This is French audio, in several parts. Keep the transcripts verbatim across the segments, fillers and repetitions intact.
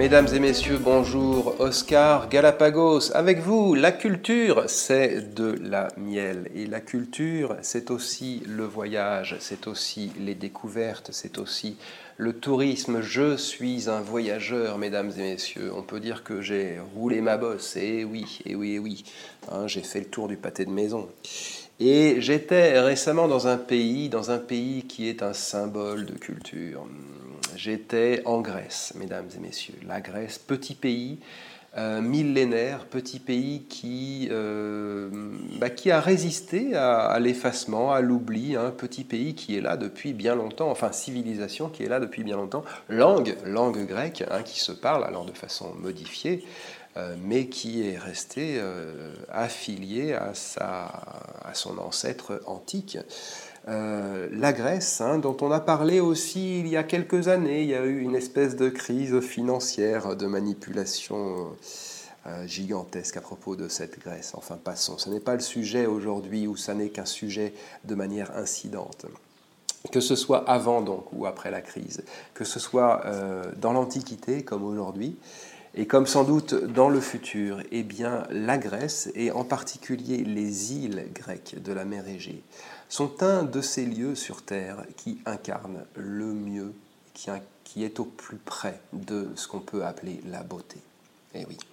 Mesdames et messieurs, bonjour, Oscar Galapagos. Avec vous, la culture, c'est de la miel. Et la culture, c'est aussi le voyage, c'est aussi les découvertes, c'est aussi le tourisme. Je suis un voyageur, mesdames et messieurs. On peut dire que j'ai roulé ma bosse. Et oui, et oui, et oui. Hein, j'ai fait le tour du pâté de maison. Et j'étais récemment dans un pays, dans un pays qui est un symbole de culture. J'étais en Grèce, mesdames et messieurs. La Grèce, petit pays, euh, millénaire, petit pays qui, euh, bah, qui a résisté à, à l'effacement, à l'oubli, un petit pays qui est là depuis bien longtemps, enfin civilisation qui est là depuis bien longtemps, langue, langue grecque, hein, qui se parle alors de façon modifiée, euh, mais qui est resté euh, affilié à, sa, à son ancêtre antique. Euh, la Grèce, hein, dont on a parlé aussi il y a quelques années, il y a eu une espèce de crise financière, de manipulation euh, gigantesque à propos de cette Grèce. Enfin, passons, ce n'est pas le sujet aujourd'hui, ou ça n'est qu'un sujet de manière incidente. Que ce soit avant donc ou après la crise, que ce soit euh, dans l'Antiquité comme aujourd'hui, et comme sans doute dans le futur, eh bien, la Grèce, et en particulier les îles grecques de la mer Égée, sont un de ces lieux sur Terre qui incarnent le mieux, qui, qui est au plus près de ce qu'on peut appeler la beauté. Eh oui.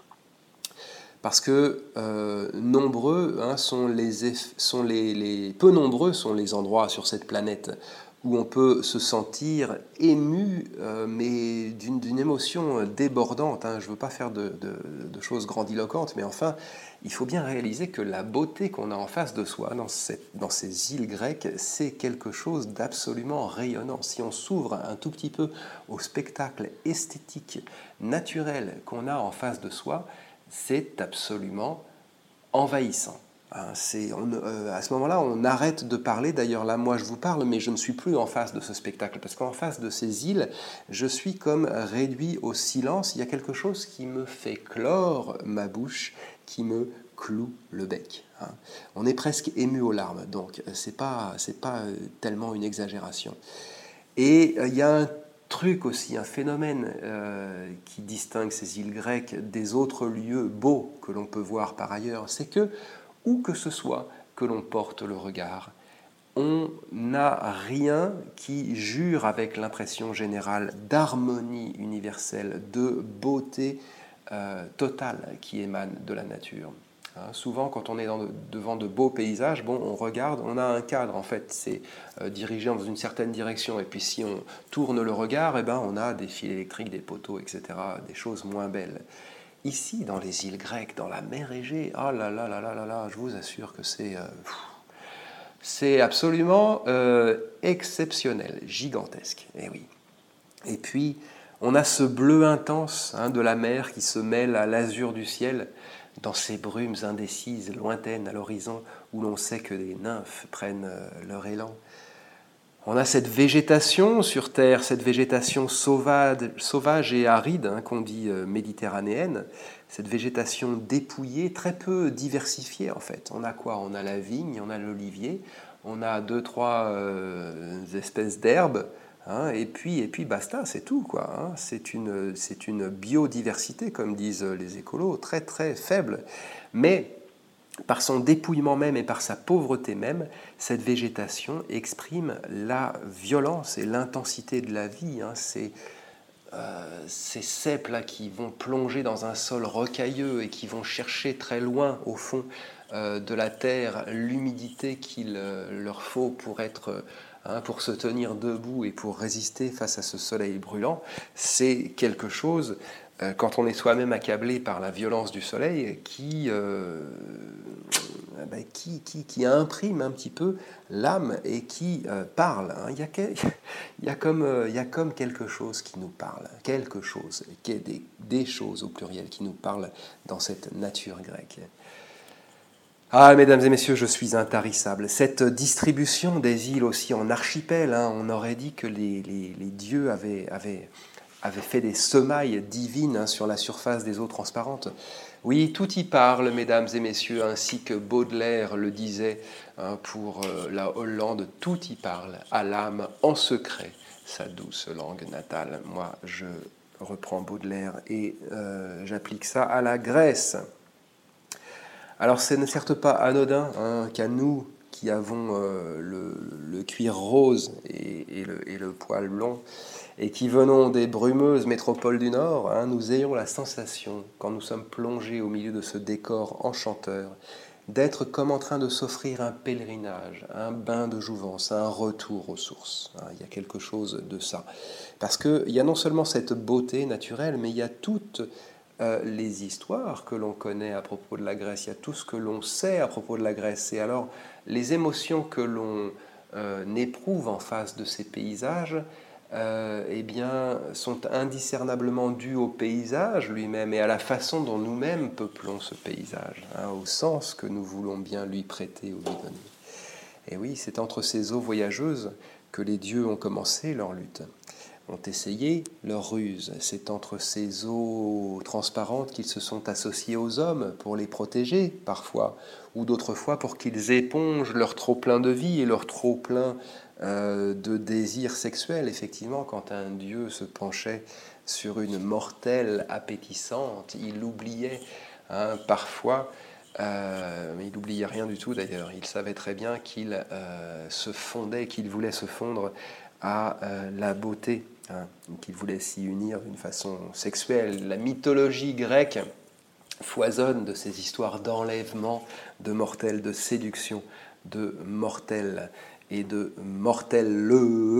Parce que euh, nombreux hein, sont, les, sont les, les peu nombreux sont les endroits sur cette planète où on peut se sentir ému, euh, mais d'une, d'une émotion débordante. Hein. Je ne veux pas faire de, de, de choses grandiloquentes, mais enfin, il faut bien réaliser que la beauté qu'on a en face de soi, dans, cette, dans ces îles grecques, c'est quelque chose d'absolument rayonnant. Si on s'ouvre un tout petit peu au spectacle esthétique, naturel qu'on a en face de soi, c'est absolument envahissant. C'est, on, euh, à ce moment-là, on arrête de parler. D'ailleurs, là, moi, je vous parle, mais je ne suis plus en face de ce spectacle, parce qu'en face de ces îles, je suis comme réduit au silence. Il y a quelque chose qui me fait clore ma bouche, qui me cloue le bec. Hein. On est presque ému aux larmes, donc c'est pas, c'est pas tellement une exagération. Et euh, il y a un truc aussi, un phénomène euh, qui distingue ces îles grecques des autres lieux beaux que l'on peut voir par ailleurs, c'est que, où que ce soit que l'on porte le regard, on n'a rien qui jure avec l'impression générale d'harmonie universelle, de beauté euh, totale qui émane de la nature. Hein, souvent, quand on est dans de, devant de beaux paysages, bon, on regarde, on a un cadre, en fait, c'est euh, dirigé dans une certaine direction, et puis si on tourne le regard, eh ben, on a des fils électriques, des poteaux, et cetera, des choses moins belles. Ici, dans les îles grecques, dans la mer Égée, oh là là là là là là, je vous assure que c'est, euh, c'est absolument euh, exceptionnel, gigantesque, et oui. Et puis, on a ce bleu intense hein, de la mer qui se mêle à l'azur du ciel, dans ces brumes indécises, lointaines à l'horizon, où l'on sait que les nymphes prennent euh, leur élan. On a cette végétation sur Terre, cette végétation sauvage, sauvage et aride, hein, qu'on dit euh, méditerranéenne, cette végétation dépouillée, très peu diversifiée en fait. On a quoi? On a la vigne, on a l'olivier, on a deux, trois euh, espèces d'herbes, hein, et, puis, et puis basta, c'est tout, quoi. Hein. C'est une, c'est une biodiversité, comme disent les écolos, très très faible. Mais par son dépouillement même et par sa pauvreté même, cette végétation exprime la violence et l'intensité de la vie. Hein. C'est euh, ces cèpes là qui vont plonger dans un sol rocailleux et qui vont chercher très loin au fond euh, de la terre l'humidité qu'il euh, leur faut pour être hein, pour se tenir debout et pour résister face à ce soleil brûlant. C'est quelque chose euh, quand on est soi-même accablé par la violence du soleil qui euh, ben, qui, qui, qui imprime un petit peu l'âme et qui euh, parle. Hein. Il, y a quel, il, y a comme, euh, il y a comme quelque chose qui nous parle, quelque chose, des, des choses au pluriel qui nous parlent dans cette nature grecque. Ah, mesdames et messieurs, je suis intarissable. Cette distribution des îles aussi en archipel, hein, on aurait dit que les, les, les dieux avaient, avaient, avaient fait des semailles divines hein, sur la surface des eaux transparentes. Oui, tout y parle, mesdames et messieurs, ainsi que Baudelaire le disait hein, pour euh, la Hollande, tout y parle, à l'âme, en secret, sa douce langue natale. Moi, je reprend Baudelaire, et euh, j'applique ça à la Grèce. Alors, ce n'est certes pas anodin hein, qu'à nous, qui avons euh, le, le cuir rose et, et, le, et le poil blond, et qui venons des brumeuses métropoles du Nord, hein, nous ayons la sensation, quand nous sommes plongés au milieu de ce décor enchanteur, d'être comme en train de s'offrir un pèlerinage, un bain de jouvence, un retour aux sources. Hein, il y a quelque chose de ça. Parce qu'il y a non seulement cette beauté naturelle, mais il y a toutes euh, les histoires que l'on connaît à propos de la Grèce, il y a tout ce que l'on sait à propos de la Grèce. Et alors, les émotions que l'on euh, éprouve en face de ces paysages, Euh, eh bien, sont indiscernablement dus au paysage lui-même et à la façon dont nous-mêmes peuplons ce paysage, hein, au sens que nous voulons bien lui prêter ou lui donner. Et oui, c'est entre ces eaux voyageuses que les dieux ont commencé leur lutte, ont essayé leur ruse. C'est entre ces eaux transparentes qu'ils se sont associés aux hommes pour les protéger, parfois, ou d'autres fois pour qu'ils épongent leur trop-plein de vie et leur trop-plein euh, de désirs sexuels. Effectivement, quand un dieu se penchait sur une mortelle appétissante, il oubliait hein, parfois... Euh, mais il n'oubliait rien du tout d'ailleurs. Il savait très bien qu'il euh, se fondait, qu'il voulait se fondre à euh, la beauté, hein, qu'il voulait s'y unir d'une façon sexuelle. La mythologie grecque foisonne de ces histoires d'enlèvement, de mortels, de séduction, de mortels et de mortels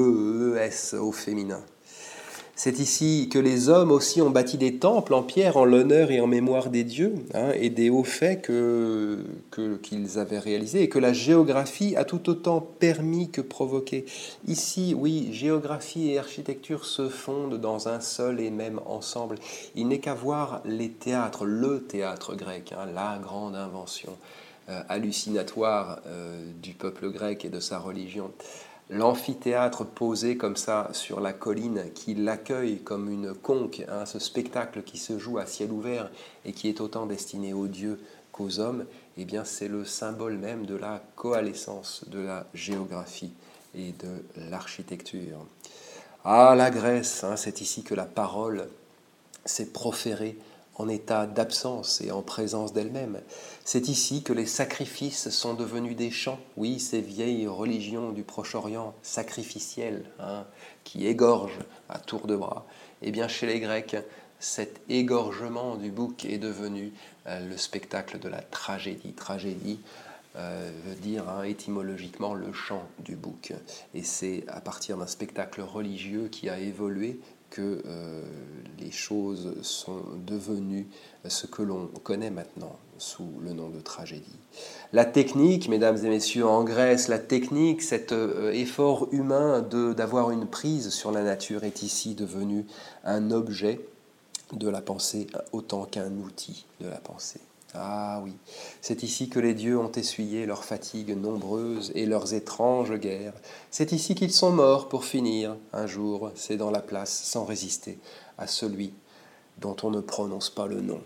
E-S au féminin. C'est ici que les hommes aussi ont bâti des temples en pierre en l'honneur et en mémoire des dieux hein, et des hauts faits que, que, qu'ils avaient réalisés et que la géographie a tout autant permis que provoqué. Ici, oui, géographie et architecture se fondent dans un seul et même ensemble. Il n'est qu'à voir les théâtres, le théâtre grec, hein, la grande invention euh, hallucinatoire euh, du peuple grec et de sa religion. L'amphithéâtre posé comme ça sur la colline qui l'accueille comme une conque, hein, ce spectacle qui se joue à ciel ouvert et qui est autant destiné aux dieux qu'aux hommes, eh bien c'est le symbole même de la coalescence de la géographie et de l'architecture. Ah, la Grèce, hein, c'est ici que la parole s'est proférée en état d'absence et en présence d'elle-même. C'est ici que les sacrifices sont devenus des chants. Oui, ces vieilles religions du Proche-Orient sacrificielles, hein, qui égorgent à tour de bras. Eh bien, chez les Grecs, cet égorgement du bouc est devenu euh, le spectacle de la tragédie. Tragédie euh, veut dire hein, étymologiquement le chant du bouc. Et c'est à partir d'un spectacle religieux qui a évolué que euh, les choses sont devenues ce que l'on connaît maintenant sous le nom de tragédie. La technique, mesdames et messieurs, en Grèce, la technique, cet euh, effort humain de, d'avoir une prise sur la nature est ici devenu un objet de la pensée autant qu'un outil de la pensée. Ah oui, c'est ici que les dieux ont essuyé leurs fatigues nombreuses et leurs étranges guerres. C'est ici qu'ils sont morts pour finir, un jour, c'est dans la place, sans résister à celui dont on ne prononce pas le nom.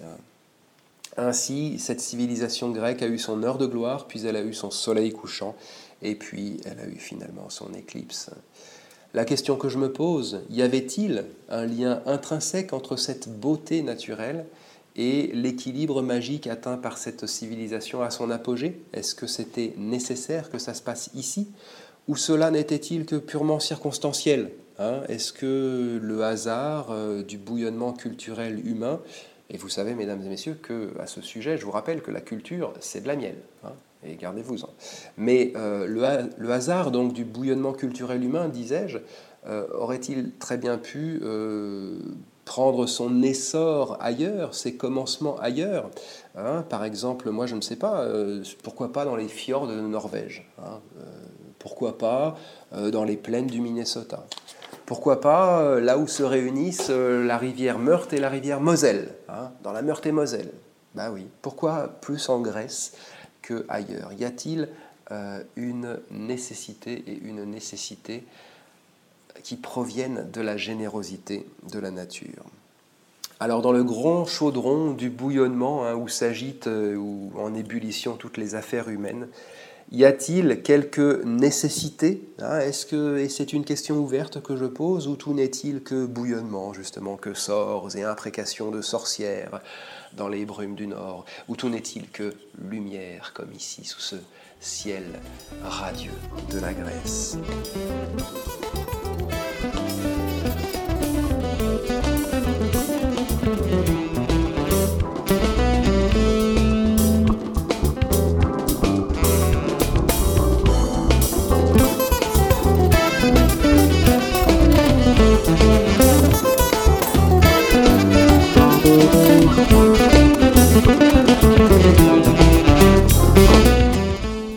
Ainsi, cette civilisation grecque a eu son heure de gloire, puis elle a eu son soleil couchant, et puis elle a eu finalement son éclipse. La question que je me pose, y avait-il un lien intrinsèque entre cette beauté naturelle et l'équilibre magique atteint par cette civilisation à son apogée? Est-ce que c'était nécessaire que ça se passe ici? Ou cela n'était-il que purement circonstanciel hein? Est-ce que le hasard euh, du bouillonnement culturel humain, et vous savez, mesdames et messieurs, qu'à ce sujet, je vous rappelle que la culture, c'est de la miel, hein, et gardez-vous-en. Mais euh, le, ha- le hasard donc du bouillonnement culturel humain, disais-je, euh, aurait-il très bien pu euh, prendre son essor ailleurs, ses commencements ailleurs hein? Par exemple, moi je ne sais pas, euh, pourquoi pas dans les fjords de Norvège hein, euh, pourquoi pas euh, dans les plaines du Minnesota? Pourquoi pas euh, là où se réunissent euh, la rivière Meurthe et la rivière Moselle, hein, dans la Meurthe-et-Moselle? Ben oui. Pourquoi plus en Grèce qu'ailleurs? Y a-t-il euh, une nécessité et une nécessité qui proviennent de la générosité de la nature? Alors dans le grand chaudron du bouillonnement hein, où s'agitent euh, ou en ébullition toutes les affaires humaines, Y a-t-il quelques nécessités, hein, est-ce que, et c'est une question ouverte que je pose, ou tout n'est-il que bouillonnement, justement, que sorts et imprécations de sorcières dans les brumes du Nord, ou tout n'est-il que lumière, comme ici, sous ce ciel radieux de la Grèce?